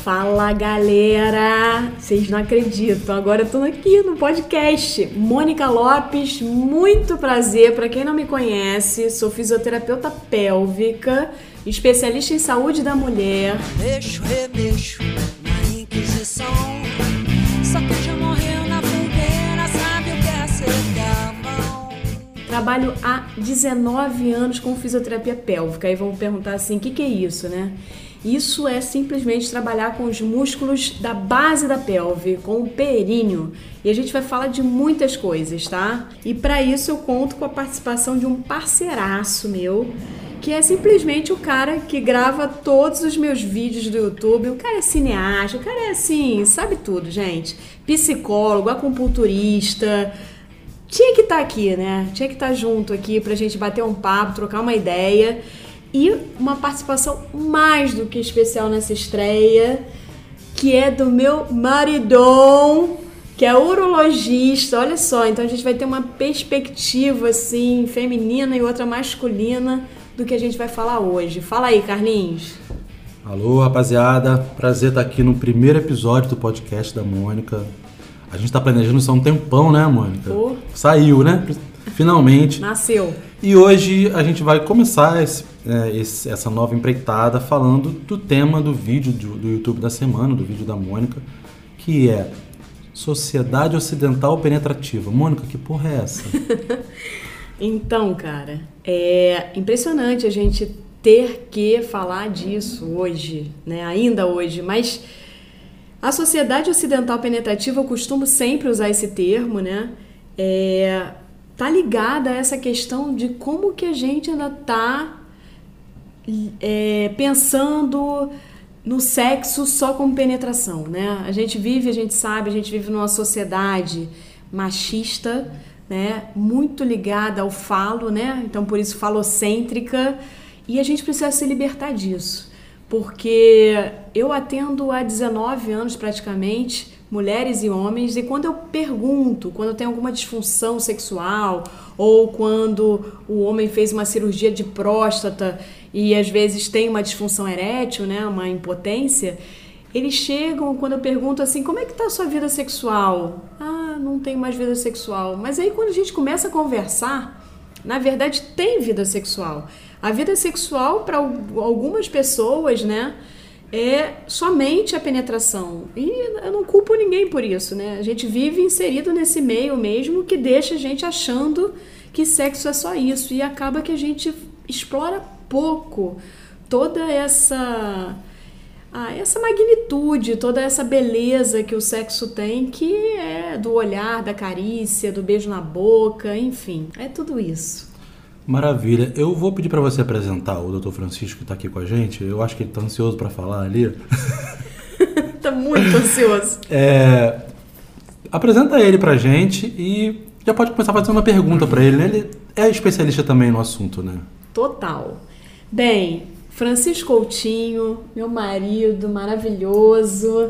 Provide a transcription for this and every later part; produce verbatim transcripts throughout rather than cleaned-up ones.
Fala, galera! Vocês não acreditam, agora eu tô aqui no podcast. Mônica Lopes, muito prazer. Para quem não me conhece, sou fisioterapeuta pélvica, especialista em saúde da mulher. Mexo, remexo na Inquisição. Só quem já morreu na fogueira sabe o que é ser gamão. Trabalho há dezenove anos com fisioterapia pélvica. Aí vão perguntar assim, o que, que é isso, né? Isso é simplesmente trabalhar com os músculos da base da pelve, com o períneo. E a gente vai falar de muitas coisas, tá? E para isso eu conto com a participação de um parceiraço meu, que é simplesmente o cara que grava todos os meus vídeos do YouTube. O cara é cineasta, o cara é assim, sabe tudo, gente. Psicólogo, acupunturista. Tinha que estar aqui, né? Tinha que estar junto aqui pra gente bater um papo, trocar uma ideia. E uma participação mais do que especial nessa estreia, que é do meu maridão, que é urologista. Olha só, então a gente vai ter uma perspectiva assim, feminina e outra masculina do que a gente vai falar hoje. Fala aí, Carlinhos. Alô, rapaziada. Prazer estar aqui no primeiro episódio do podcast da Mônica. A gente tá planejando isso há um tempão, né, Mônica? Oh. Saiu, né? Finalmente. Nasceu. E hoje a gente vai começar esse, é, esse, essa nova empreitada falando do tema do vídeo do, do YouTube da semana, do vídeo da Mônica, que é Sociedade Ocidental Penetrativa. Mônica, que porra é essa? Então, cara, é impressionante a gente ter que falar disso hoje, né? Ainda hoje, mas a Sociedade Ocidental Penetrativa, eu costumo sempre usar esse termo, né? É... tá ligada a essa questão de como que a gente ainda tá é, pensando no sexo só como penetração, né? A gente vive, a gente sabe, a gente vive numa sociedade machista, né? Muito ligada ao falo, né? Então, por isso, falocêntrica, e a gente precisa se libertar disso, porque eu atendo há dezenove anos praticamente mulheres e homens, e quando eu pergunto, quando tem alguma disfunção sexual, ou quando o homem fez uma cirurgia de próstata e às vezes tem uma disfunção erétil, né, uma impotência, eles chegam, quando eu pergunto assim, como é que tá a sua vida sexual? Ah, não tenho mais vida sexual. Mas aí quando a gente começa a conversar, na verdade tem vida sexual. A vida sexual para algumas pessoas, né, é somente a penetração. E eu não culpo ninguém por isso, né? A gente vive inserido nesse meio mesmo que deixa a gente achando que sexo é só isso. E acaba que a gente explora pouco toda essa, ah, essa magnitude, toda essa beleza que o sexo tem, que é do olhar, da carícia, do beijo na boca, enfim, é tudo isso. Maravilha. Eu vou pedir para você apresentar o doutor Francisco que está aqui com a gente. Eu acho que ele está ansioso para falar ali. Tá muito ansioso. É, apresenta ele para a gente e já pode começar fazendo uma pergunta para ele. Ele é especialista também no assunto, né? Total. Bem, Francisco Coutinho, meu marido maravilhoso,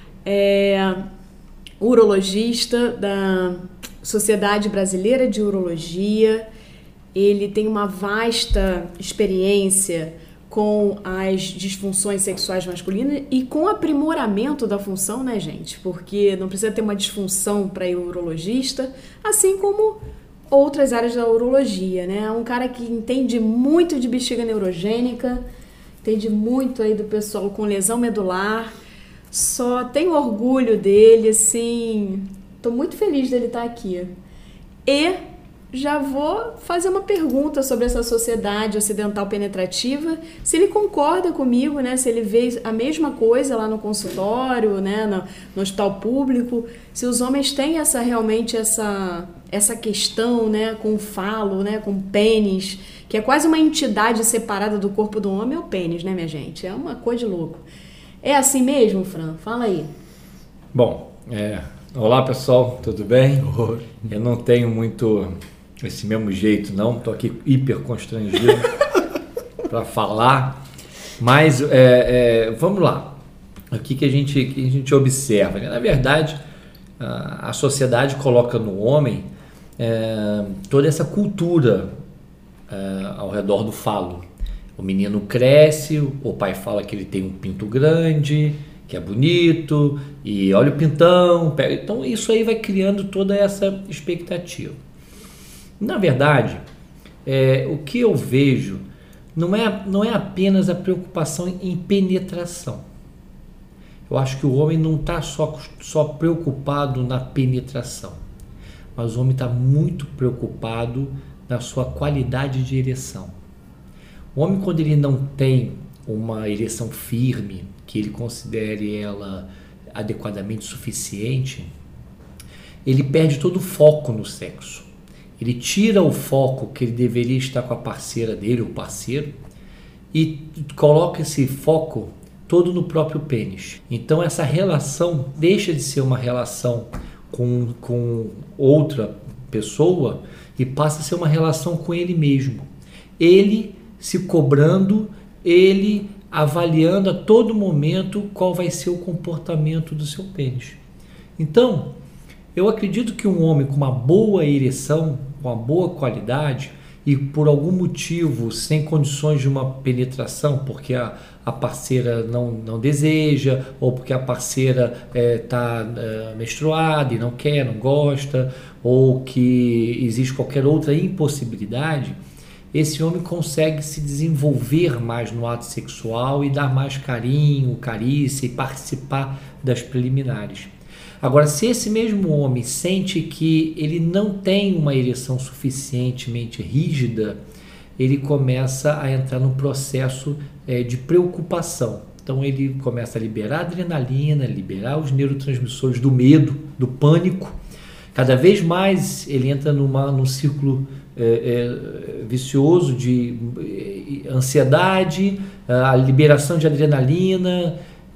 é urologista da Sociedade Brasileira de Urologia. Ele tem uma vasta experiência com as disfunções sexuais masculinas e com aprimoramento da função, né, gente? Porque não precisa ter uma disfunção para ir urologista, assim como outras áreas da urologia, né? É um cara que entende muito de bexiga neurogênica, entende muito aí do pessoal com lesão medular. Só tenho orgulho dele, assim, tô muito feliz dele estar aqui. E já vou fazer uma pergunta sobre essa sociedade ocidental penetrativa, se ele concorda comigo, né? Se ele vê a mesma coisa lá no consultório, né? no, no hospital público, se os homens têm essa, realmente essa, essa questão, né? Com o falo, né? Com o pênis, que é quase uma entidade separada do corpo do homem, é o pênis, né, minha gente? É uma coisa de louco. É assim mesmo, Fran? Fala aí. Bom, é... olá pessoal, tudo bem? Oi. Eu não tenho muito esse mesmo jeito, não. Estou aqui hiper constrangido para falar. Mas é, é, vamos lá. O que, que, a gente, que a gente observa? Na verdade, a, a sociedade coloca no homem é, toda essa cultura é, ao redor do falo. O menino cresce, o pai fala que ele tem um pinto grande, que é bonito, e olha o pintão. Pega. Então isso aí vai criando toda essa expectativa. Na verdade, é, o que eu vejo não é, não é apenas a preocupação em penetração. Eu acho que o homem não está só, só preocupado na penetração, mas o homem está muito preocupado na sua qualidade de ereção. O homem, quando ele não tem uma ereção firme, que ele considere ela adequadamente suficiente, ele perde todo o foco no sexo. Ele tira o foco que ele deveria estar com a parceira dele, o parceiro, e coloca esse foco todo no próprio pênis. Então essa relação deixa de ser uma relação com, com outra pessoa e passa a ser uma relação com ele mesmo. Ele se cobrando, ele avaliando a todo momento qual vai ser o comportamento do seu pênis. Então, eu acredito que um homem com uma boa ereção, com uma boa qualidade, e por algum motivo sem condições de uma penetração, porque a, a parceira não, não deseja, ou porque a parceira está é, é, menstruada e não quer, não gosta, ou que existe qualquer outra impossibilidade, esse homem consegue se desenvolver mais no ato sexual e dar mais carinho, carícia e participar das preliminares. Agora, se esse mesmo homem sente que ele não tem uma ereção suficientemente rígida, ele começa a entrar num processo é, de preocupação. Então ele começa a liberar adrenalina, liberar os neurotransmissores do medo, do pânico. Cada vez mais ele entra numa, num círculo é, é, vicioso de ansiedade, a liberação de adrenalina,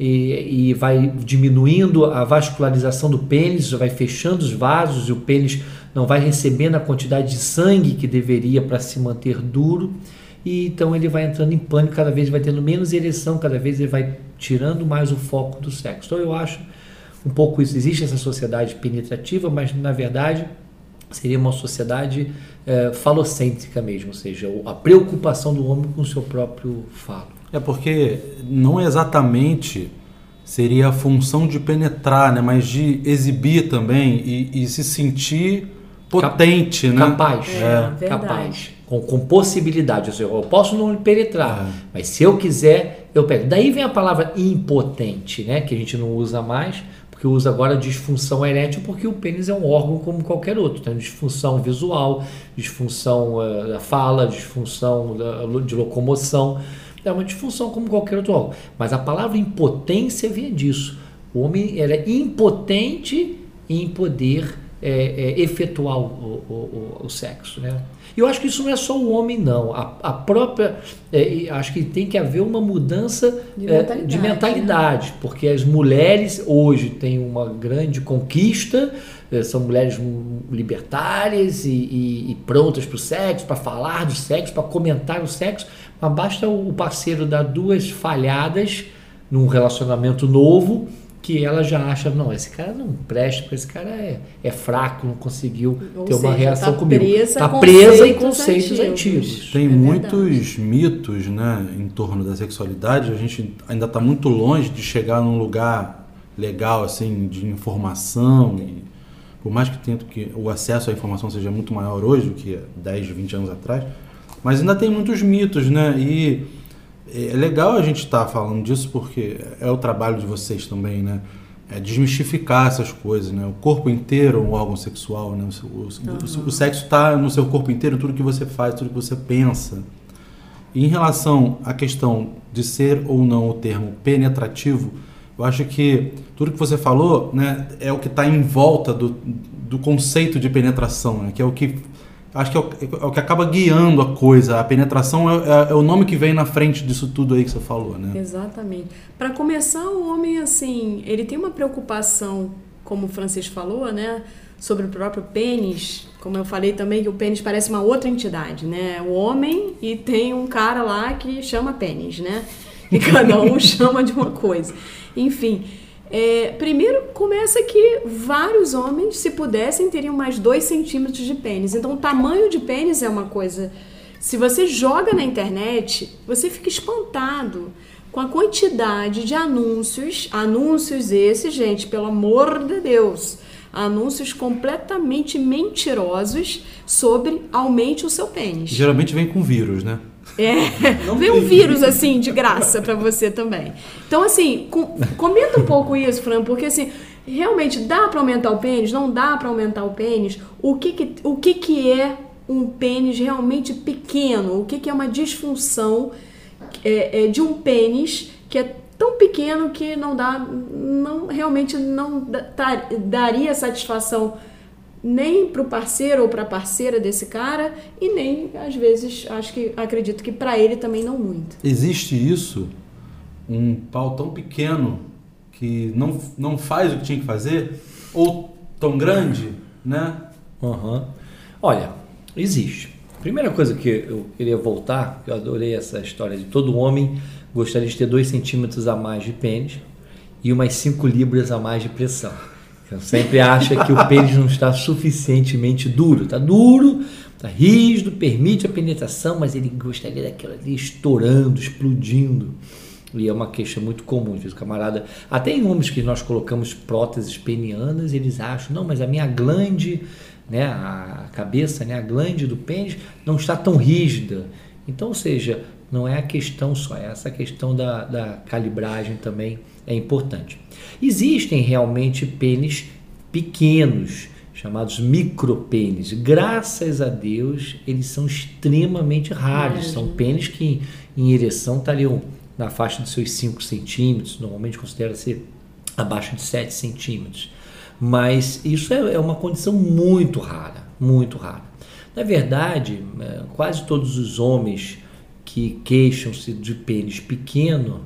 E, e vai diminuindo a vascularização do pênis, vai fechando os vasos e o pênis não vai recebendo a quantidade de sangue que deveria para se manter duro, e então ele vai entrando em pânico, cada vez vai tendo menos ereção, cada vez ele vai tirando mais o foco do sexo. Então eu acho um pouco isso. Existe essa sociedade penetrativa, mas na verdade seria uma sociedade é, falocêntrica mesmo, ou seja, a preocupação do homem com o seu próprio falo. É porque não exatamente seria a função de penetrar, né? Mas de exibir também e, e se sentir potente, Cap- né? Capaz, É, é, capaz, com, com possibilidade. Ou seja, eu posso não penetrar, é. mas se eu quiser, eu pego. Daí vem a palavra impotente, né? Que a gente não usa mais, porque usa agora disfunção erétil, porque o pênis é um órgão como qualquer outro. Tem disfunção visual, disfunção uh, da fala, disfunção da, de locomoção. É uma disfunção como qualquer outro órgão. Mas a palavra impotência vem disso. O homem era impotente em poder é, é, efetuar o, o, o, o sexo, né? E eu acho que isso não é só o homem, não. A, a própria... É, acho que tem que haver uma mudança de mentalidade, é, de mentalidade né? Porque as mulheres hoje têm uma grande conquista, é, são mulheres libertárias e, e, e prontas para o sexo, para falar do sexo, para comentar o sexo, mas basta o parceiro dar duas falhadas num relacionamento novo que ela já acha, não, esse cara não presta, porque esse cara é, é fraco, não conseguiu Ou ter seja, uma reação tá comigo. Está presa em conceitos antigos. antigos. Tem é muitos mitos, né, em torno da sexualidade. A gente ainda está muito longe de chegar num lugar legal, assim, de informação. E, por mais que, tento que o acesso à informação seja muito maior hoje do que dez, vinte anos atrás, mas ainda tem muitos mitos, né? E é legal a gente estar tá falando disso porque é o trabalho de vocês também, né? É desmistificar essas coisas, né? O corpo inteiro é um órgão sexual, né? O, o, uhum. o, o sexo está no seu corpo inteiro, tudo que você faz, tudo que você pensa. E em relação à questão de ser ou não o termo penetrativo, eu acho que tudo que você falou, né, é o que está em volta do, do conceito de penetração, né? Que é o que acho que é o, é o que acaba guiando a coisa. A penetração é, é, é o nome que vem na frente disso tudo aí que você falou, né? Exatamente. Para começar, o homem, assim, ele tem uma preocupação, como o Francisco falou, né? Sobre o próprio pênis. Como eu falei também, que o pênis parece uma outra entidade, né? O homem e tem um cara lá que chama pênis, né? E cada um chama de uma coisa. Enfim... É, primeiro começa que vários homens, se pudessem, teriam mais dois centímetros de pênis. Então o tamanho de pênis é uma coisa... Se você joga na internet, você fica espantado. com a quantidade de anúncios, anúncios esses, gente, pelo amor de Deus, anúncios completamente mentirosos sobre aumente o seu pênis. Geralmente vem com vírus, né? É, vem um vírus assim de graça pra você também. Então assim, com, comenta um pouco isso, Fran, porque assim, realmente dá pra aumentar o pênis? Não dá pra aumentar o pênis? O que que, o que, que é um pênis realmente pequeno? O que, que é uma disfunção é, é, de um pênis que é tão pequeno que não dá, não, realmente não dá, daria satisfação nem para o parceiro ou para a parceira desse cara e nem, às vezes, acho que acredito que para ele também não muito. Existe isso? Um pau tão pequeno que não, não faz o que tinha que fazer? Ou tão grande, né? Uhum. Olha, existe. Primeira coisa que eu queria voltar, que eu adorei essa história de todo homem gostaria de ter dois centímetros a mais de pênis e umas cinco libras a mais de pressão. Então, sempre acha que o pênis não está suficientemente duro. Está duro, está rígido, permite a penetração, mas ele gostaria daquilo ali estourando, explodindo. E é uma queixa muito comum. Diz o camarada, até em homens que nós colocamos próteses penianas, eles acham, não, mas a minha glande, né, a cabeça, né, a glande do pênis não está tão rígida. Então, ou seja, não é a questão só, é essa questão da, da calibragem também é importante. Existem realmente pênis pequenos, chamados micropênis. Graças a Deus, eles são extremamente raros. São pênis que em ereção estariam na faixa dos seus cinco centímetros, normalmente considera-se abaixo de sete centímetros. Mas isso é, é uma condição muito rara, muito rara. Na verdade, quase todos os homens que queixam-se de pênis pequeno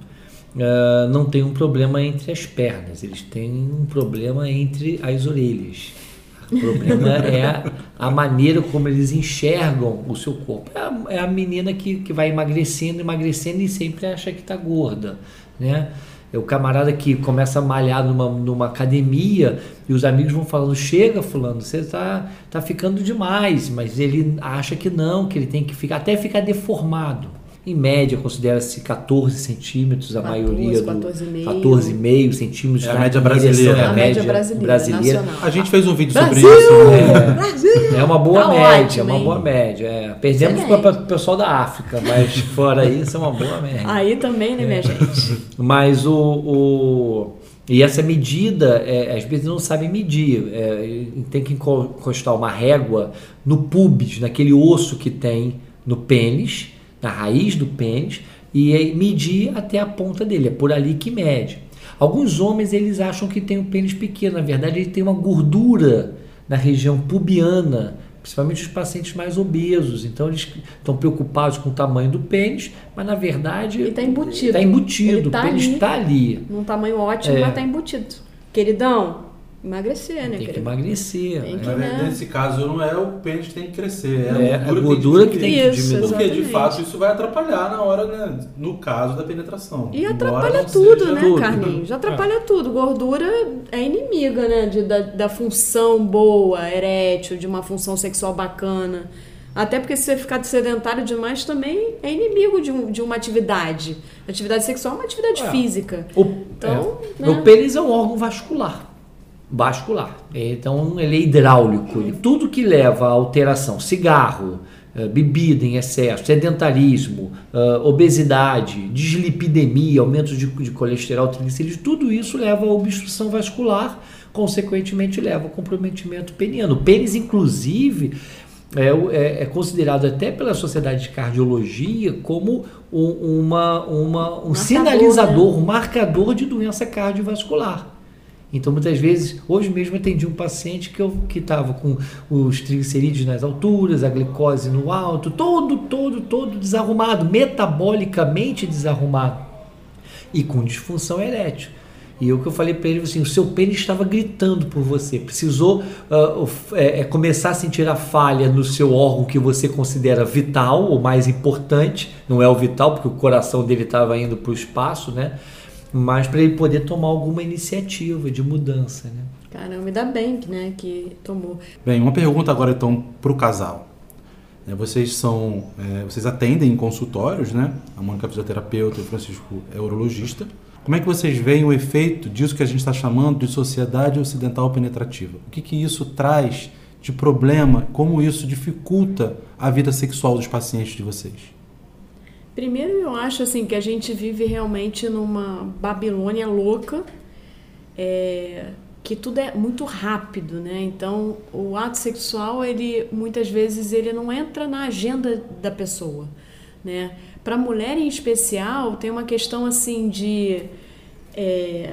uh, não têm um problema entre as pernas, eles têm um problema entre as orelhas. O problema é a, a maneira como eles enxergam o seu corpo. É a, é a menina que, que vai emagrecendo, emagrecendo e sempre acha que está gorda, né? É o camarada que começa a malhar numa, numa academia e os amigos vão falando, chega fulano, você está tá ficando demais, mas ele acha que não, que ele tem que ficar, até ficar deformado. Em média, considera-se catorze centímetros, a quatorze, maioria do quatorze e meio. quatorze e meio centímetros. É a média brasileira. É a A média média brasileira, brasileira. nacional. A gente fez um vídeo Brasil! sobre isso. Né? É, Brasil! é uma boa Tá média, ótimo, é uma hein? boa média. É. Perdemos Excelente. para o pessoal da África, mas fora isso é uma boa média. Aí também, né, minha gente? Mas o, o... E essa medida, é, às vezes não sabem medir. É, tem que encostar uma régua no púbis, naquele osso que tem no pênis, na raiz do pênis, e aí medir até a ponta dele. É por ali que mede. Alguns homens, eles acham que tem um pênis pequeno. Na verdade, ele tem uma gordura na região pubiana, principalmente os pacientes mais obesos. Então, eles estão preocupados com o tamanho do pênis, mas, na verdade... Ele está embutido. Está embutido, Ele tá o pênis ali, está ali. num tamanho ótimo, É. mas está embutido. Queridão, emagrecer, né, Tem que querido? emagrecer. Tem né? que- Mas né? nesse caso não é o pênis que tem que crescer, é, É, a gordura, a gordura que que tem tem que Isso, diminuir. Porque de exatamente. fato isso vai atrapalhar na hora, né, no caso da penetração. E Embora atrapalha não tudo, seja- né, tudo. Carlinhos? Atrapalha tudo. Gordura é inimiga, né, de, da, da função boa, erétil, de uma função sexual bacana. Até porque se você ficar sedentário demais também é inimigo de, um, de uma atividade. Atividade sexual é uma atividade É. física. O, Então, é, né? o pênis é um órgão vascular. Vascular. Então, ele é hidráulico. E tudo que leva à alteração, cigarro, eh, bebida em excesso, sedentarismo, eh, obesidade, dislipidemia, aumento de, de colesterol, triglicerídeos, tudo isso leva à obstrução vascular, consequentemente leva ao comprometimento peniano. O pênis, inclusive, é, o- é- é considerado até pela Sociedade de Cardiologia como um, uma, uma, um Marcador, sinalizador, né? um marcador de doença cardiovascular. Então, muitas vezes, hoje mesmo eu atendi um paciente que eu que estava com os triglicerídeos nas alturas, a glicose no alto, todo, todo, todo desarrumado, metabolicamente desarrumado e com disfunção erétil. E o que eu falei para ele assim, o seu pênis estava gritando por você, precisou uh, of- é, é, começar a sentir a falha no seu órgão que você considera vital, ou mais importante, não é o vital, porque o coração dele estava indo para o espaço, né? Mas para ele poder tomar alguma iniciativa de mudança, né? Caramba, ainda bem que, né, que tomou. Bem, uma pergunta agora então para o casal. né? Vocês são, é, vocês atendem em consultórios, né? A Mônica é fisioterapeuta e o Francisco é urologista. Como é que vocês veem o efeito disso que a gente está chamando de sociedade ocidental penetrativa? O que, que isso traz de problema? Como isso dificulta a vida sexual dos pacientes de vocês? Primeiro, eu acho assim que a gente vive realmente numa Babilônia louca, é, que tudo é muito rápido, né? Então, o ato sexual, ele muitas vezes ele não entra na agenda da pessoa, né? Para a mulher em especial, tem uma questão assim de é,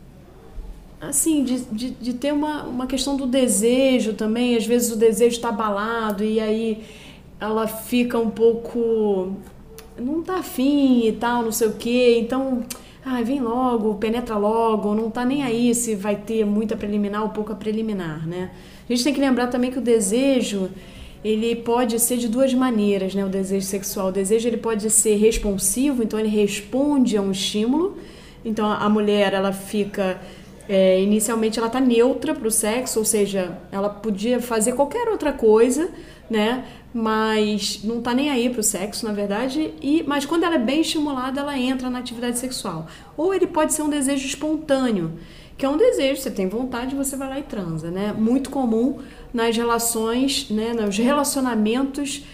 assim de, de, de ter uma, uma questão do desejo também. Às vezes o desejo está abalado e aí ela fica um pouco, não tá afim e tal, não sei o quê, então, ah, vem logo, penetra logo, não tá nem aí se vai ter muita preliminar ou pouca preliminar, né? A gente tem que lembrar também que o desejo, ele pode ser de duas maneiras, né? O desejo sexual, o desejo ele pode ser responsivo, então ele responde a um estímulo, então a mulher, ela fica, é, inicialmente ela tá neutra pro sexo, ou seja, ela podia fazer qualquer outra coisa, né? Mas não tá nem aí pro sexo, na verdade, e, mas quando ela é bem estimulada, ela entra na atividade sexual. Ou ele pode ser um desejo espontâneo, que é um desejo, você tem vontade, você vai lá e transa, né? Muito comum nas relações, né, nos relacionamentos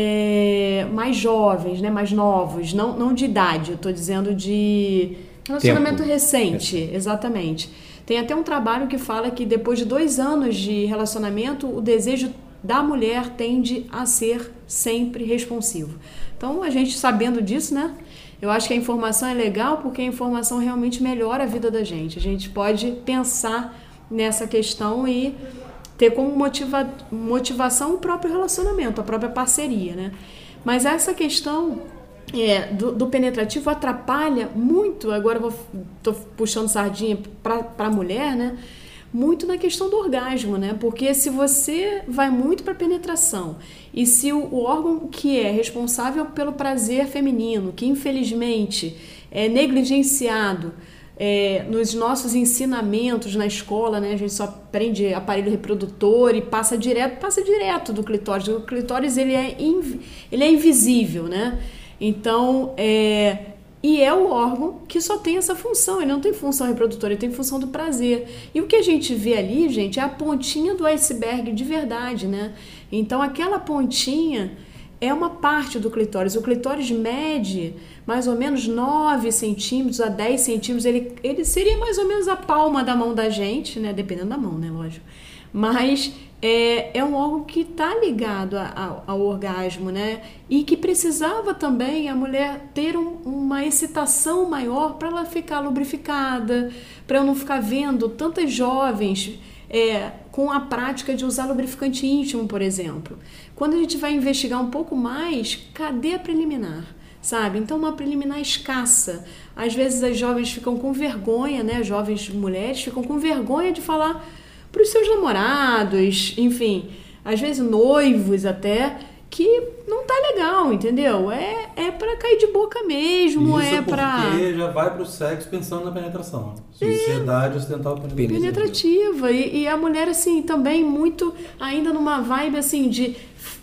é, mais jovens, né, mais novos, não, não de idade, eu tô dizendo de relacionamento Tempo. recente, exatamente. Tem até um trabalho que fala que depois de dois anos de relacionamento, o desejo da mulher tende a ser sempre responsivo. Então, a gente sabendo disso, né? Eu acho que a informação é legal porque a informação realmente melhora a vida da gente. A gente pode pensar nessa questão e ter como motiva, motivação o próprio relacionamento, a própria parceria, né? Mas essa questão é, do, do penetrativo atrapalha muito, agora eu estou puxando sardinha para a mulher, né? Muito na questão do orgasmo, né? Porque se você vai muito para penetração e se o, o órgão que é responsável pelo prazer feminino, que infelizmente é negligenciado é, nos nossos ensinamentos na escola, né? A gente só aprende aparelho reprodutor e passa direto, passa direto do clitóris. O clitóris ele é, inv, ele é invisível, né? Então, é, e é o órgão que só tem essa função, ele não tem função reprodutora, ele tem função do prazer. E o que a gente vê ali, gente, é a pontinha do iceberg de verdade, né? Então, aquela pontinha é uma parte do clitóris. O clitóris mede mais ou menos nove centímetros a dez centímetros, ele, ele seria mais ou menos a palma da mão da gente, né? Dependendo da mão, né? Lógico. Mas é, é um órgão que está ligado a, a, ao orgasmo, né? E que precisava também a mulher ter um, uma excitação maior para ela ficar lubrificada, para eu não ficar vendo tantas jovens é, com a prática de usar lubrificante íntimo, por exemplo. Quando a gente vai investigar um pouco mais, cadê a preliminar? Sabe? Então, uma preliminar escassa. Às vezes as jovens ficam com vergonha, né? As jovens mulheres ficam com vergonha de falar para os seus namorados, enfim, às vezes noivos até, que não tá legal, entendeu? É, é para cair de boca mesmo, Isso é para porque já vai pro sexo pensando na penetração. Sociedade ocidental penetrativa. penetrativa. E, e a mulher, assim, também muito ainda numa vibe, assim, de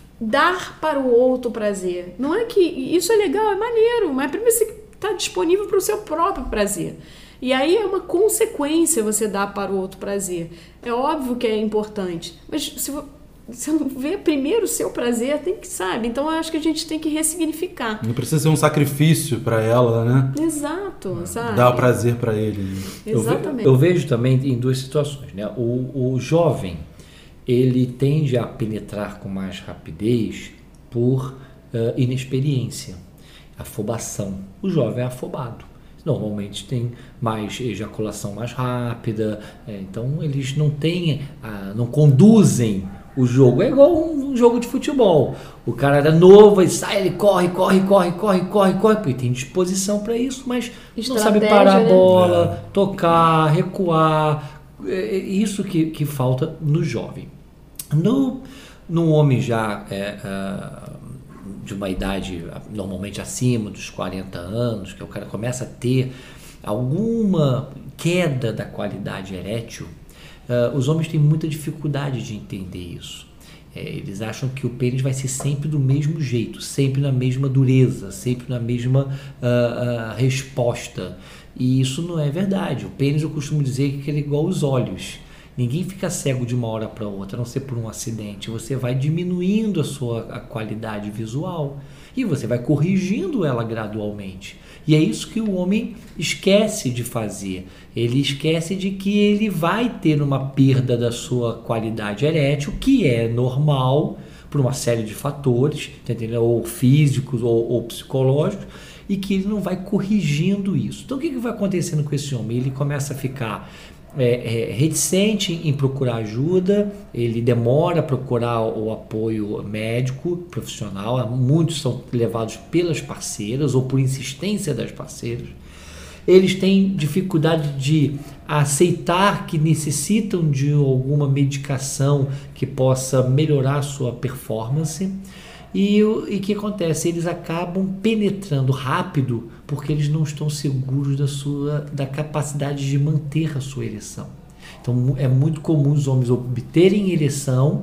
dar para o outro prazer. Não é que isso é legal, é maneiro, mas primeiro você tá disponível para o seu próprio prazer. E aí é uma consequência você dar para o outro prazer. É óbvio que é importante, mas se você não vê primeiro o seu prazer, tem que, sabe? Então eu acho que a gente tem que ressignificar. Não precisa ser um sacrifício para ela, né? Exato, sabe? Dar o prazer para ele. Exatamente. Eu, ve, eu vejo também em duas situações, né? O, o jovem, ele tende a penetrar com mais rapidez por uh, inexperiência, afobação. O jovem é afobado. Normalmente tem mais ejaculação mais rápida, é, então eles não têm, ah, não conduzem o jogo. É igual um, um jogo de futebol. O cara era novo, ele sai, ele corre, corre, corre, corre, corre, corre, porque tem disposição para isso, mas não sabe parar a bola, né? Tocar, recuar. É isso que, que falta no jovem. No, no homem já é, é, de uma idade normalmente acima dos quarenta anos, que o cara começa a ter alguma queda da qualidade erétil, uh, os homens têm muita dificuldade de entender isso. É, eles acham que o pênis vai ser sempre do mesmo jeito, sempre na mesma dureza, sempre na mesma uh, uh, resposta. E isso não é verdade. O pênis, eu costumo dizer que ele é igual aos olhos. Ninguém fica cego de uma hora para outra, a não ser por um acidente. Você vai diminuindo a sua a qualidade visual e você vai corrigindo ela gradualmente. E é isso que o homem esquece de fazer. Ele esquece de que ele vai ter uma perda da sua qualidade erétil, que é normal por uma série de fatores, entendeu? Ou físicos ou, ou psicológicos, e que ele não vai corrigindo isso. Então o que, que vai acontecendo com esse homem? Ele começa a ficar É, é, reticente em procurar ajuda, ele demora a procurar o apoio médico profissional, muitos são levados pelas parceiras ou por insistência das parceiras. Eles têm dificuldade de aceitar que necessitam de alguma medicação que possa melhorar a sua performance. E o que acontece? Eles acabam penetrando rápido porque eles não estão seguros da, sua, da capacidade de manter a sua ereção. Então é muito comum os homens obterem ereção,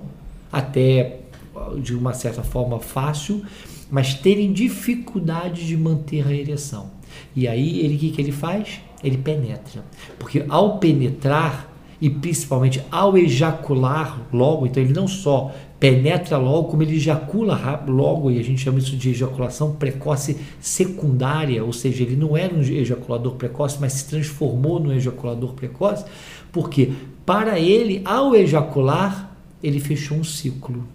até de uma certa forma fácil, mas terem dificuldade de manter a ereção. E aí ele, o que, que ele faz? Ele penetra. Porque ao penetrar, e principalmente ao ejacular logo, então ele não só penetra logo, como ele ejacula logo, e a gente chama isso de ejaculação precoce secundária, ou seja, ele não era um ejaculador precoce, mas se transformou num ejaculador precoce, porque para ele, ao ejacular, ele fechou um ciclo.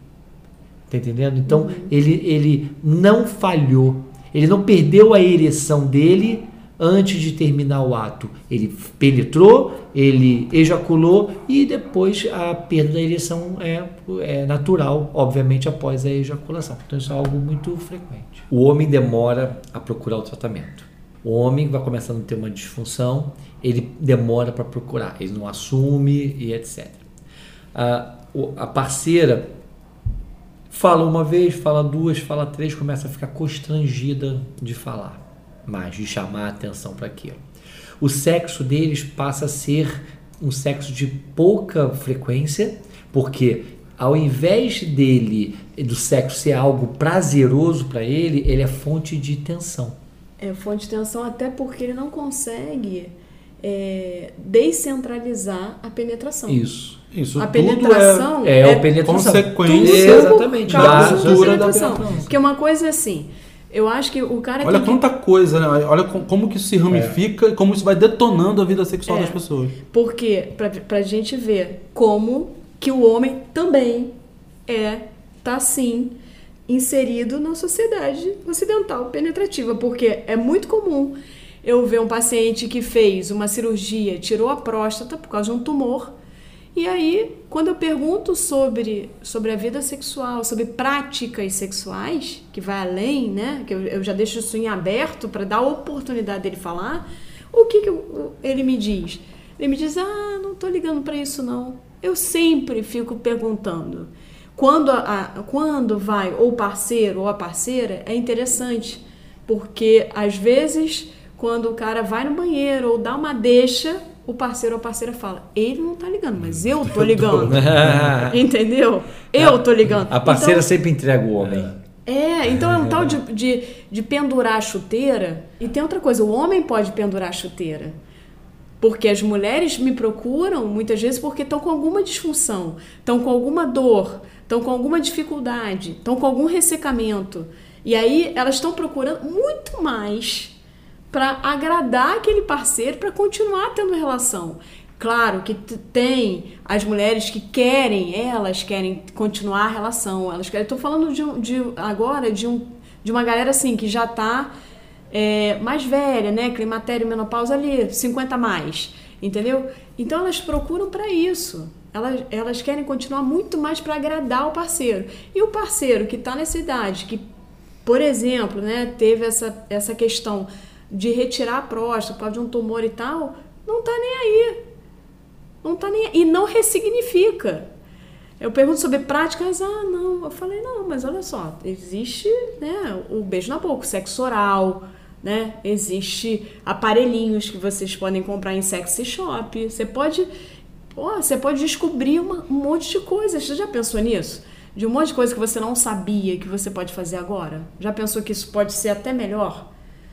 Tá entendendo? Então, uhum. ele, ele não falhou, ele não perdeu a ereção dele antes de terminar o ato. Ele penetrou, ele ejaculou e depois a perda da ereção é, é natural, obviamente, após a ejaculação. Então isso é algo muito frequente. O homem demora a procurar o tratamento. O homem vai começando a ter uma disfunção, ele demora para procurar, ele não assume e etcétera. A, a parceira fala uma vez, fala duas, fala três, começa a ficar constrangida de falar mais, de chamar a atenção para aquilo. O sexo deles passa a ser um sexo de pouca frequência, porque ao invés dele, do sexo ser algo prazeroso para ele, ele é fonte de tensão. É fonte de tensão até porque ele não consegue é, descentralizar a penetração. Isso. Isso a tudo penetração é, é, é a penetração. consequência. Exatamente. Da cultura da da penetração. Porque uma coisa é assim, eu acho que o cara Olha tem quanta que... coisa, né? Olha como que isso se ramifica e como isso vai detonando a vida sexual É. das pessoas. Porque, pra, pra gente ver como que o homem também é, tá sim, inserido na sociedade ocidental penetrativa. Porque é muito comum eu ver um paciente que fez uma cirurgia, tirou a próstata por causa de um tumor. E aí, quando eu pergunto sobre, sobre a vida sexual, sobre práticas sexuais, que vai além, né? Que eu, eu já deixo isso em aberto para dar a oportunidade dele falar, o que, que eu, ele me diz? Ele me diz, ah, não tô ligando para isso não. Eu sempre fico perguntando. Quando, a, a, quando vai ou o parceiro ou a parceira, é interessante, porque às vezes, quando o cara vai no banheiro ou dá uma deixa, o parceiro ou a parceira fala, ele não tá ligando, mas eu tô ligando. Entendeu? Eu tô ligando. A parceira então, sempre entrega o homem. É, então é um tal de, de, de pendurar a chuteira. E tem outra coisa, o homem pode pendurar a chuteira. Porque as mulheres me procuram muitas vezes porque estão com alguma disfunção, estão com alguma dor, estão com alguma dificuldade, estão com algum ressecamento. E aí elas estão procurando muito mais para agradar aquele parceiro, para continuar tendo relação. Claro que tem as mulheres que querem, elas querem continuar a relação, elas querem. Estou falando de, de, agora de, um, de uma galera assim que já está é, mais velha, né? Climatério, menopausa ali, cinquenta a mais, entendeu? Então elas procuram para isso. Elas, elas querem continuar muito mais para agradar o parceiro. E o parceiro que está nessa idade, que, por exemplo, né, teve essa, essa questão de retirar a próstata por causa de um tumor e tal, não tá nem aí. Não tá nem aí. E não ressignifica. Eu pergunto sobre práticas, ah, não. Eu falei, não, mas olha só, existe, né, o beijo na boca, o sexo oral, né? Existe aparelhinhos que vocês podem comprar em sexy shop. Você pode, pô, você pode descobrir uma, um monte de coisas. Você já pensou nisso? de um monte de coisa que você não sabia que você pode fazer agora? Já pensou que isso pode ser até melhor?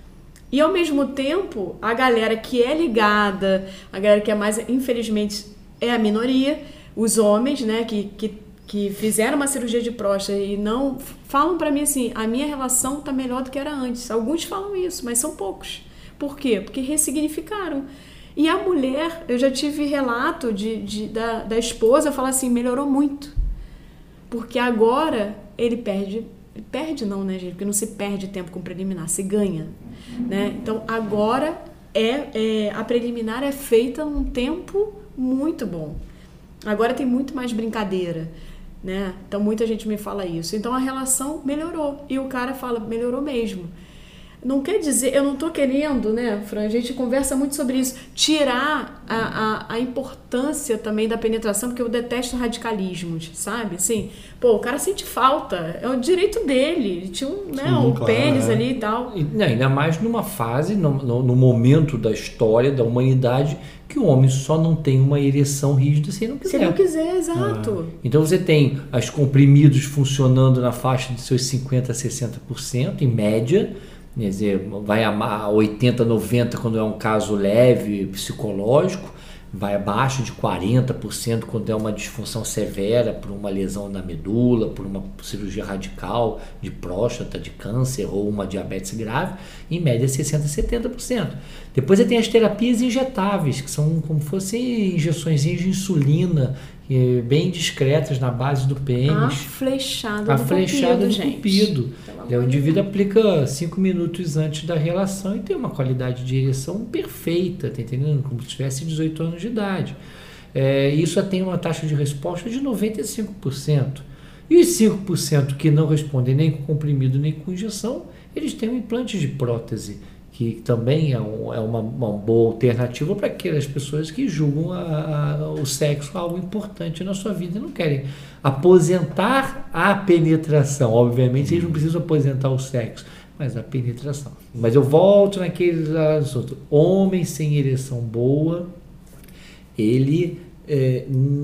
E ao mesmo tempo, a galera que é ligada, a galera que é mais, infelizmente, é a minoria, os homens, né, que, que, que fizeram uma cirurgia de próstata e não falam pra mim assim, a minha relação tá melhor do que era antes. Alguns falam isso, mas são poucos. Por quê? Porque ressignificaram. E a mulher, eu já tive relato de, de, da, da esposa falar assim, melhorou muito. Porque agora ele perde, perde não, né, gente? Porque não se perde tempo com preliminar, se ganha. Né? Então agora é, é, a preliminar é feita num tempo muito bom. Agora tem muito mais brincadeira. Né? Então muita gente me fala isso. Então a relação melhorou. E o cara fala, melhorou mesmo. Não quer dizer, eu não tô querendo, né, Fran, a gente conversa muito sobre isso, tirar a, a, a importância também da penetração, porque eu detesto radicalismos, sabe? Assim, pô, o cara sente falta, é o direito dele, ele tinha um, né, Sim, um claro, pênis é. ali e tal. E, né, ainda mais numa fase, no, no, no momento da história da humanidade, que o homem só não tem uma ereção rígida se ele não quiser. Se não quiser, exato. Então você tem os comprimidos funcionando na faixa de seus cinquenta a sessenta por cento, em média. Quer dizer, vai a oitenta, noventa por cento quando é um caso leve, psicológico, vai abaixo de quarenta por cento quando é uma disfunção severa por uma lesão na medula, por uma cirurgia radical de próstata, de câncer ou uma diabetes grave, em média sessenta, setenta por cento. Depois você tem as terapias injetáveis, que são como se fossem injeções de insulina, bem discretas na base do pênis. A flechada A do flechada pupido, do gente. pupido. Pelo O amor de indivíduo aplica cinco minutos antes da relação e tem uma qualidade de ereção perfeita, tá entendendo? Como se tivesse dezoito anos de idade. É, isso tem uma taxa de resposta de noventa e cinco por cento. E os cinco por cento que não respondem nem com comprimido nem com injeção, eles têm um implante de prótese, que também é, um, é uma, uma boa alternativa para aquelas pessoas que julgam a, a, o sexo algo importante na sua vida e não querem aposentar a penetração. Obviamente, eles não precisam aposentar o sexo, mas a penetração. Mas eu volto naquele assunto. Homem sem ereção boa, ele... É,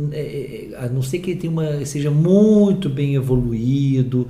é, a não ser que ele tenha uma, seja muito bem evoluído,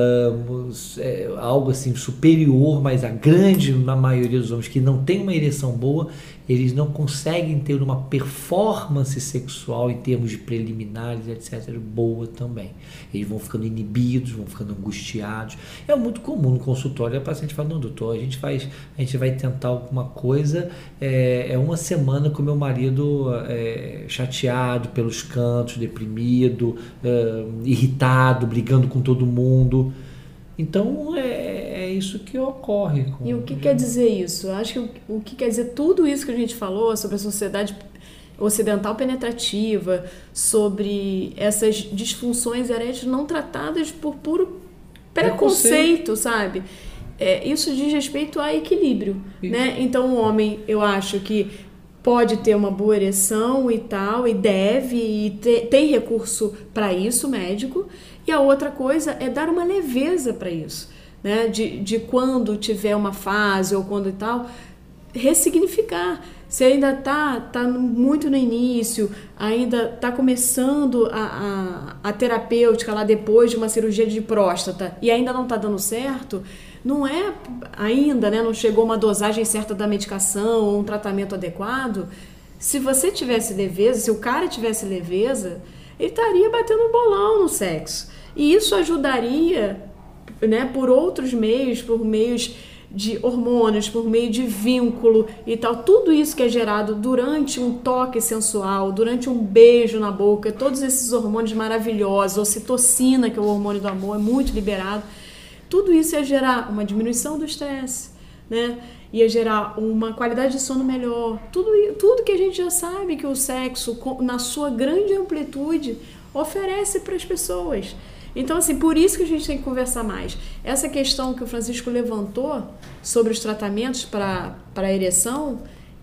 uh, é, algo assim superior, mas a grande maioria dos homens que não tem uma ereção boa, eles não conseguem ter uma performance sexual em termos de preliminares, etcétera, boa também. Eles vão ficando inibidos, vão ficando angustiados. É muito comum no consultório, a paciente fala, não, doutor, a gente, faz, a gente vai tentar alguma coisa, é, é uma semana com meu marido é, chateado pelos cantos, deprimido, é, irritado, brigando com todo mundo. Então, é, é isso que ocorre. Com... E o que quer dizer isso? Eu acho que o, o que quer dizer tudo isso que a gente falou sobre a sociedade ocidental penetrativa, sobre essas disfunções eréteis não tratadas por puro preconceito, preconceito. sabe? É, isso diz respeito a equilíbrio, isso. né? Então, o homem, eu acho que pode ter uma boa ereção e tal, e deve, e te, tem recurso para isso, médico. E a outra coisa é dar uma leveza para isso, né? De, de quando tiver uma fase ou quando e tal, ressignificar. Se ainda está tá muito no início, ainda está começando a, a, a terapêutica lá depois de uma cirurgia de próstata e ainda não está dando certo, não é ainda, né? Não chegou uma dosagem certa da medicação ou um tratamento adequado. Se você tivesse leveza, se o cara tivesse leveza, ele estaria batendo um bolão no sexo. E isso ajudaria, né, por outros meios, por meios de hormônios, por meio de vínculo e tal. Tudo isso que é gerado durante um toque sensual, durante um beijo na boca, todos esses hormônios maravilhosos, ocitocina, que é o hormônio do amor, é muito liberado. Tudo isso ia gerar uma diminuição do estresse, né? Ia gerar uma qualidade de sono melhor. Tudo, tudo que a gente já sabe que o sexo, na sua grande amplitude, oferece para as pessoas. Então, assim, por isso que a gente tem que conversar mais. Essa questão que o Francisco levantou sobre os tratamentos para a ereção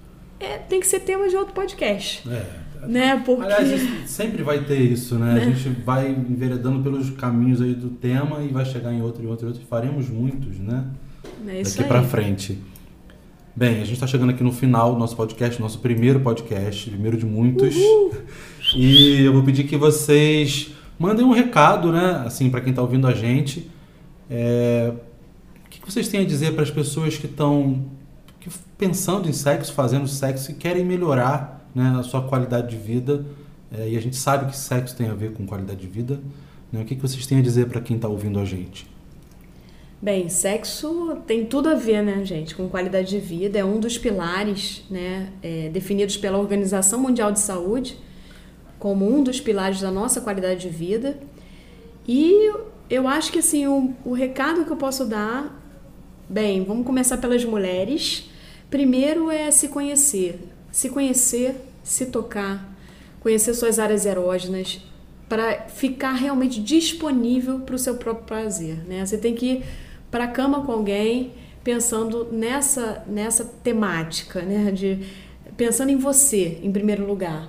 é, tem que ser tema de outro podcast. É. Né? Porque... Aliás, sempre vai ter isso, né? né? A gente vai enveredando pelos caminhos aí do tema e vai chegar em outro, em outro, em outro. E faremos muitos, né? É isso daqui aí. para frente. Bem, a gente está chegando aqui no final do nosso podcast, nosso primeiro podcast, primeiro de muitos. Uhul. E eu vou pedir que vocês mandem um recado, né, assim, para quem está ouvindo a gente. É, o que vocês têm a dizer para as pessoas que estão pensando em sexo, fazendo sexo e querem melhorar, né, a sua qualidade de vida? É, e a gente sabe que sexo tem a ver com qualidade de vida. Né? O que vocês têm a dizer para quem está ouvindo a gente? Bem, sexo tem tudo a ver, né, gente, com qualidade de vida. É um dos pilares, né, é, definidos pela Organização Mundial de Saúde como um dos pilares da nossa qualidade de vida. E eu acho que, assim, o, o recado que eu posso dar... Bem, vamos começar pelas mulheres. Primeiro é se conhecer. Se conhecer, se tocar, conhecer suas áreas erógenas, para ficar realmente disponível para o seu próprio prazer, né? Você tem que ir para a cama com alguém pensando nessa, nessa temática, né? De, pensando em você, em primeiro lugar.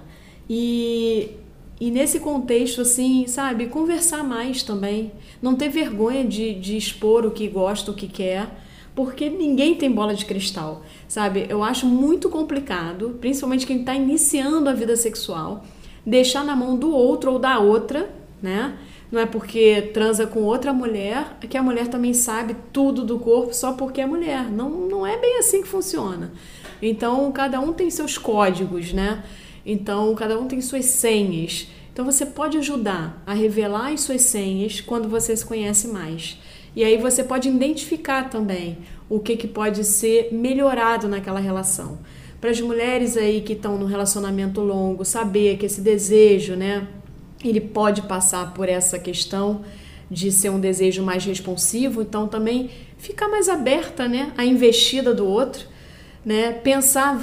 E, e nesse contexto, assim, sabe, conversar mais também. Não ter vergonha de, de expor o que gosta, o que quer, porque ninguém tem bola de cristal, sabe? Eu acho muito complicado, principalmente quem está iniciando a vida sexual, deixar na mão do outro ou da outra, né? Não é porque transa com outra mulher que a mulher também sabe tudo do corpo só porque é mulher. Não, não é bem assim que funciona. Então, cada um tem seus códigos, né? Então, cada um tem suas senhas. Então, você pode ajudar a revelar as suas senhas quando você se conhece mais. E aí você pode identificar também o que, que pode ser melhorado naquela relação. Para as mulheres aí que estão no relacionamento longo, saber que esse desejo, né, ele pode passar por essa questão de ser um desejo mais responsivo, então também ficar mais aberta, né, à investida do outro, né, pensar,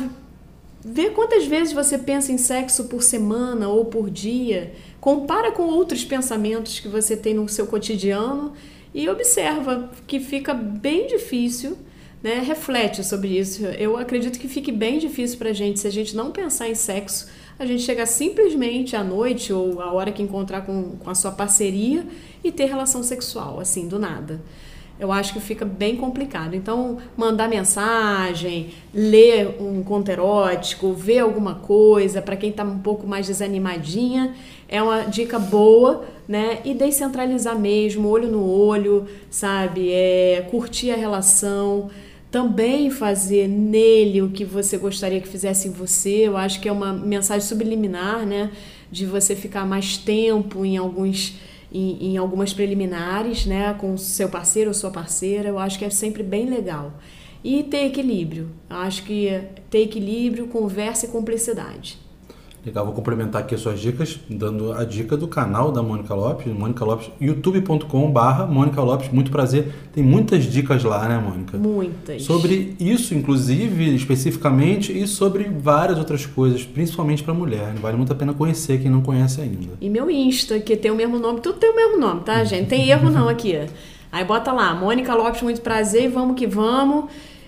ver quantas vezes você pensa em sexo por semana ou por dia, compara com outros pensamentos que você tem no seu cotidiano e observa que fica bem difícil, né? Reflete sobre isso. Eu acredito que fique bem difícil pra gente se a gente não pensar em sexo, a gente chegar simplesmente à noite ou a hora que encontrar com, com a sua parceria e ter relação sexual, assim, do nada. Eu acho que fica bem complicado. Então, mandar mensagem, ler um conto erótico, ver alguma coisa, para quem está um pouco mais desanimadinha, é uma dica boa, né? E descentralizar mesmo, olho no olho, sabe? É, curtir a relação, também fazer nele o que você gostaria que fizesse em você. Eu acho que é uma mensagem subliminar, né? De você ficar mais tempo em alguns... Em, em algumas preliminares, né, com seu parceiro ou sua parceira. Eu acho que é sempre bem legal. E ter equilíbrio. Eu acho que ter equilíbrio, conversa e cumplicidade. Legal, vou complementar aqui as suas dicas, dando a dica do canal da Mônica Lopes, Mônica Lopes, youtube ponto com barra Mônica Lopes, muito prazer. Tem muitas dicas lá, né, Mônica? Muitas. Sobre isso, inclusive, especificamente, e sobre várias outras coisas, principalmente para mulher. Vale muito a pena conhecer quem não conhece ainda. E meu Insta, que tem o mesmo nome, tudo tem o mesmo nome, tá, gente? Não tem erro não aqui. Aí bota lá, Mônica Lopes, muito prazer, e vamos que vamos.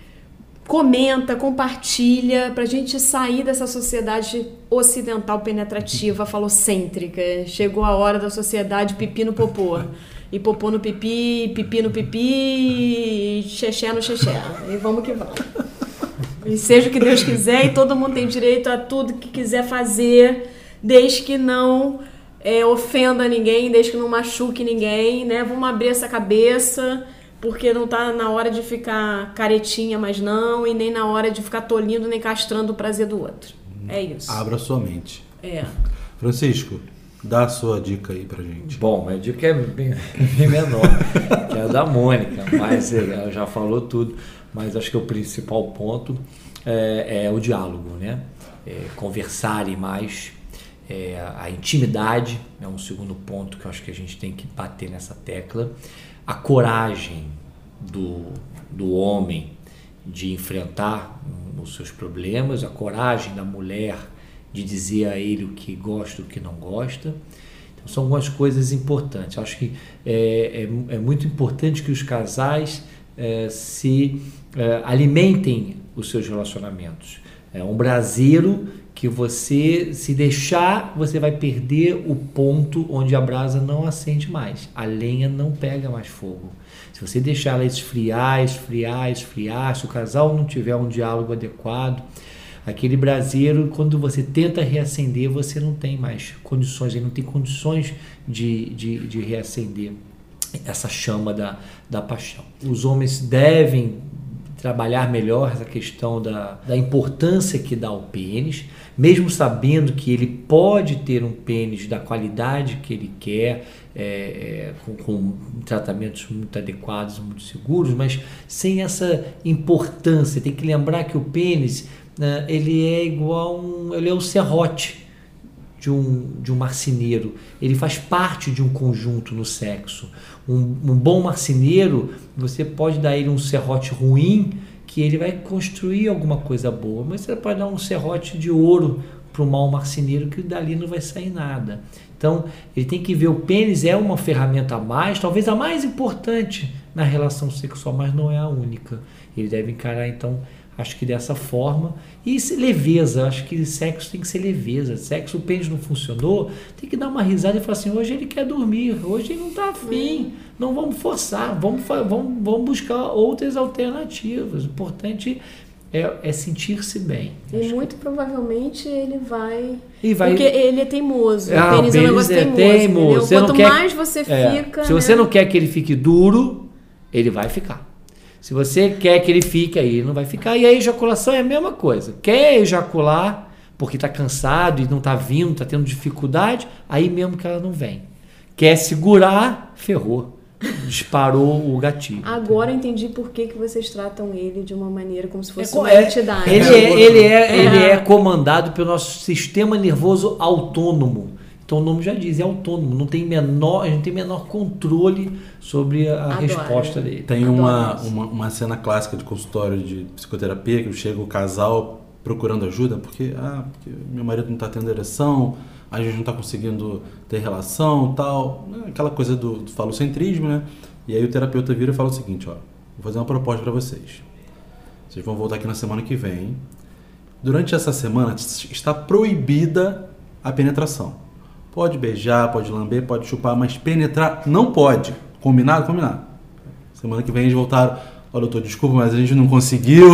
Comenta, compartilha, pra gente sair dessa sociedade ocidental penetrativa, falocêntrica. Chegou a hora da sociedade pipi no popô. E popô no pipi, pipi no pipi, e xexé no xexé. E vamos que vamos. E seja o que Deus quiser, e todo mundo tem direito a tudo que quiser fazer, desde que não é, ofenda ninguém, desde que não machuque ninguém, né? Vamos abrir essa cabeça... Porque não tá na hora de ficar caretinha, mas não, e nem na hora de ficar tolindo, nem castrando o prazer do outro. É isso. Abra sua mente. É. Francisco, dá a sua dica aí pra gente. Bom, a dica é bem, bem menor, que é a da Mônica, mas ela já falou tudo. Mas acho que o principal ponto é, é o diálogo, né? É, conversarem mais. É, a intimidade é um segundo ponto que eu acho que a gente tem que bater nessa tecla. A coragem do, do homem de enfrentar os seus problemas, a coragem da mulher de dizer a ele o que gosta e o que não gosta. Então, são algumas coisas importantes. Eu acho que é, é, é muito importante que os casais é, se é, alimentem os seus relacionamentos. É um braseiro que você, se deixar, você vai perder o ponto onde a brasa não acende mais. A lenha não pega mais fogo. Se você deixar ela esfriar, esfriar, esfriar, se o casal não tiver um diálogo adequado, Aquele braseiro, quando você tenta reacender, você não tem mais condições, ele não tem condições de, de, de reacender essa chama da, da paixão. Os homens devem trabalhar melhor essa questão da, da importância que dá ao pênis, mesmo sabendo que ele pode ter um pênis da qualidade que ele quer, é, é, com, com tratamentos muito adequados, muito seguros, mas sem essa importância. Tem que lembrar que o pênis, né, ele é igual um, ele é o serrote de um, de um marceneiro. Ele faz parte de um conjunto no sexo. Um, um bom marceneiro, você pode dar ele um serrote ruim, que ele vai construir alguma coisa boa, mas você pode dar um serrote de ouro para um mau marceneiro, que dali não vai sair nada. Então, ele tem que ver, o pênis é uma ferramenta a mais, talvez a mais importante na relação sexual, mas não é a única. Ele deve encarar, então, acho que dessa forma. E leveza, acho que sexo tem que ser leveza. Sexo, o pênis não funcionou, tem que dar uma risada e falar assim, hoje ele quer dormir, hoje ele não está afim, não vamos forçar, vamos, vamos, vamos buscar outras alternativas. O importante é, é sentir-se bem. E acho muito que... provavelmente ele vai... E vai... Porque ele é teimoso, ah, o pênis é um negócio é teimoso, teimoso. Você Quanto não quer... mais você é. fica... Se né? você não quer que ele fique duro, ele vai ficar. Se você quer que ele fique aí, ele não vai ficar. E a ejaculação é a mesma coisa. Quer ejacular porque está cansado e não está vindo, está tendo dificuldade, aí mesmo que ela não vem. Quer segurar, ferrou. Disparou o gatilho. Agora entendi por que, que vocês tratam ele de uma maneira como se fosse é, uma é, entidade. Ele é, ele, é, ele é comandado pelo nosso sistema nervoso autônomo. Então o nome já diz, é autônomo, não tem menor, a gente tem menor controle sobre a Adoro. resposta dele. Tem uma, uma, uma cena clássica de consultório de psicoterapia, que chega o casal procurando ajuda, porque, ah, porque meu marido não está tendo ereção, a gente não está conseguindo ter relação e tal, aquela coisa do, do falocentrismo, né? E aí o terapeuta vira e fala o seguinte, ó, vou fazer uma proposta para vocês. Vocês vão voltar aqui na semana que vem. Durante essa semana está proibida a penetração. Pode beijar, pode lamber, pode chupar, mas penetrar não pode. Combinado? Combinado. Semana que vem eles voltaram. Olha, doutor, desculpa, mas a gente não conseguiu.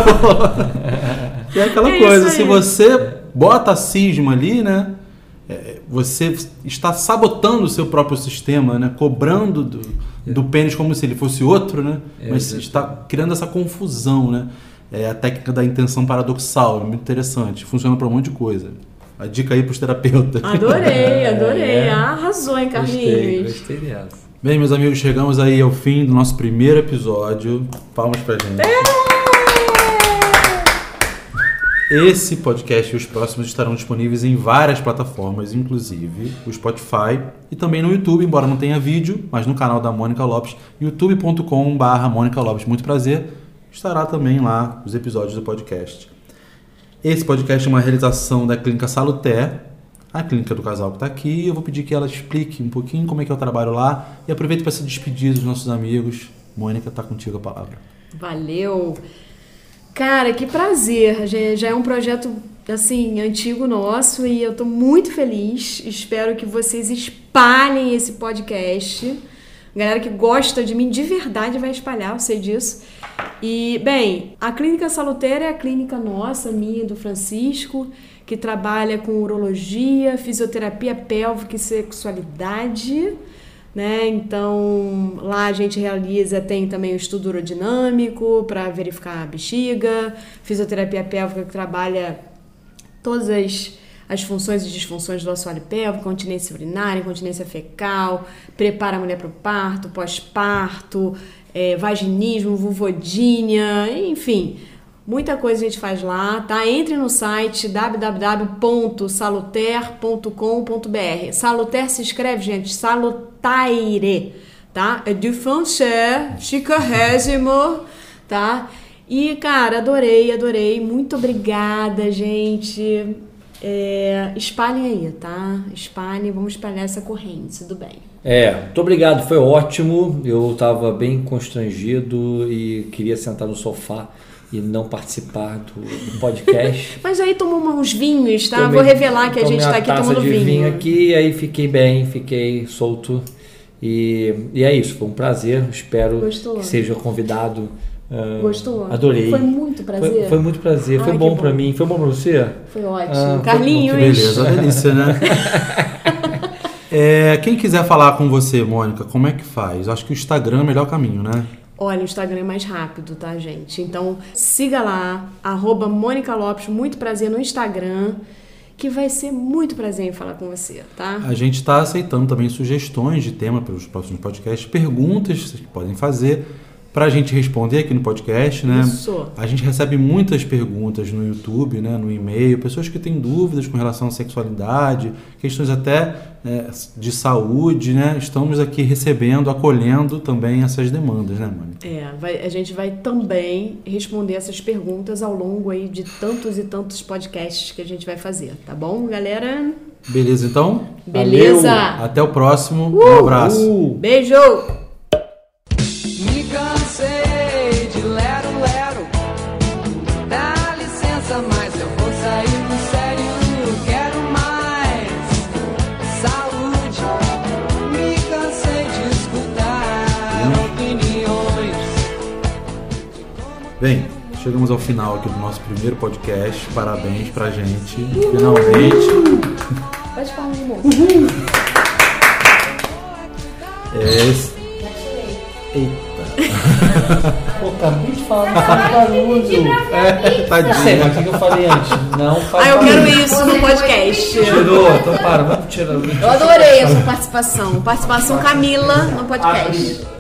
E é aquela é coisa, se você bota a cisma ali, né? É, você está sabotando o seu próprio sistema, né? Cobrando do, do pênis como se ele fosse outro, né? É, mas é, está criando essa confusão, né? É a técnica da intenção paradoxal, é muito interessante. Funciona para um monte de coisa. A dica aí para os terapeutas. Adorei, adorei. É. Arrasou, hein, Carlinhos? Gostei, gostei dessa. Bem, meus amigos, chegamos aí ao fim do nosso primeiro episódio. Palmas pra gente. Esse podcast e os próximos estarão disponíveis em várias plataformas, inclusive o Spotify e também no YouTube, embora não tenha vídeo, mas no canal da Mônica Lopes, youtube ponto com barra Mônica Lopes. Muito prazer. Estará também lá os episódios do podcast. Esse podcast é uma realização da Clínica Saluter, a clínica do casal que está aqui. Eu vou pedir que ela explique um pouquinho como é que é o trabalho lá e aproveite para se despedir dos nossos amigos. Mônica, está contigo a palavra. Valeu! Cara, que prazer! Já, já é um projeto, assim, antigo nosso e eu estou muito feliz. Espero que vocês espalhem esse podcast. Galera que gosta de mim de verdade vai espalhar, eu sei disso. E, bem, a Clínica Saluter é a clínica nossa, minha e do Francisco, que trabalha com urologia, fisioterapia pélvica e sexualidade, né? Então, lá a gente realiza, tem também o estudo urodinâmico para verificar a bexiga, fisioterapia pélvica que trabalha todas as... as funções e disfunções do assoalho pélvico, continência urinária, incontinência fecal, prepara a mulher para o parto, pós-parto, é, vaginismo, vulvodínia, enfim, muita coisa a gente faz lá, tá? Entre no site w w w ponto saluter ponto com ponto b r. Saluter se escreve, gente, salutaire, tá? É du français, chicarrésimo, tá? E, cara, adorei, adorei, muito obrigada, gente. É, espalhem aí, tá? Espalhem, vamos espalhar essa corrente, tudo bem. É, muito obrigado, foi ótimo. Eu estava bem constrangido e queria sentar no sofá e não participar do, do podcast. Mas aí tomou uns vinhos, tá? Tomei, Vou revelar que a gente está aqui taça tomando de vinho. vinho aqui, e aí fiquei bem, fiquei solto. E, e é isso, foi um prazer. Espero Gostou? que seja convidado Uh, Gostou? Adorei. Foi muito prazer. Foi, foi muito prazer. Ai, foi que bom bom. pra mim. Foi bom pra você? Foi ótimo. Ah, Carlinhos. Que beleza, delícia, né? É, quem quiser falar com você, Mônica, como é que faz? Acho que o Instagram é o melhor caminho, né? Olha, o Instagram é mais rápido, tá, gente? Então, siga lá, arroba Mônica Lopes, muito prazer no Instagram, que vai ser muito prazer em falar com você, tá? A gente está aceitando também sugestões de tema para os próximos podcasts, perguntas que podem fazer para a gente responder aqui no podcast, né? Isso. A gente recebe muitas perguntas no YouTube, né? No e-mail, pessoas que têm dúvidas com relação à sexualidade, questões até é, de saúde, né? Estamos aqui recebendo, acolhendo também essas demandas, né, Mônica? É, vai, a gente vai também responder essas perguntas ao longo aí de tantos e tantos podcasts que a gente vai fazer, tá bom, galera? Beleza, então? Beleza! Valeu. Até o próximo. Uh! Um abraço. Uh. Beijo! Me cansei de lero, lero. Dá licença, mas eu vou sair do sério. Quero mais saúde. Me cansei de escutar opiniões. Bem, chegamos ao final aqui do nosso primeiro podcast. Parabéns pra gente. Finalmente. Pode falar, amor. É... Eita. Pô, acabei de falar, não faz barulho. É, tadinha. Mas o que eu falei antes? Não faz Ah, eu barulho. quero isso no podcast. Tirou, então para, vamos tirar. Eu adorei a sua participação. Participação Camila no podcast.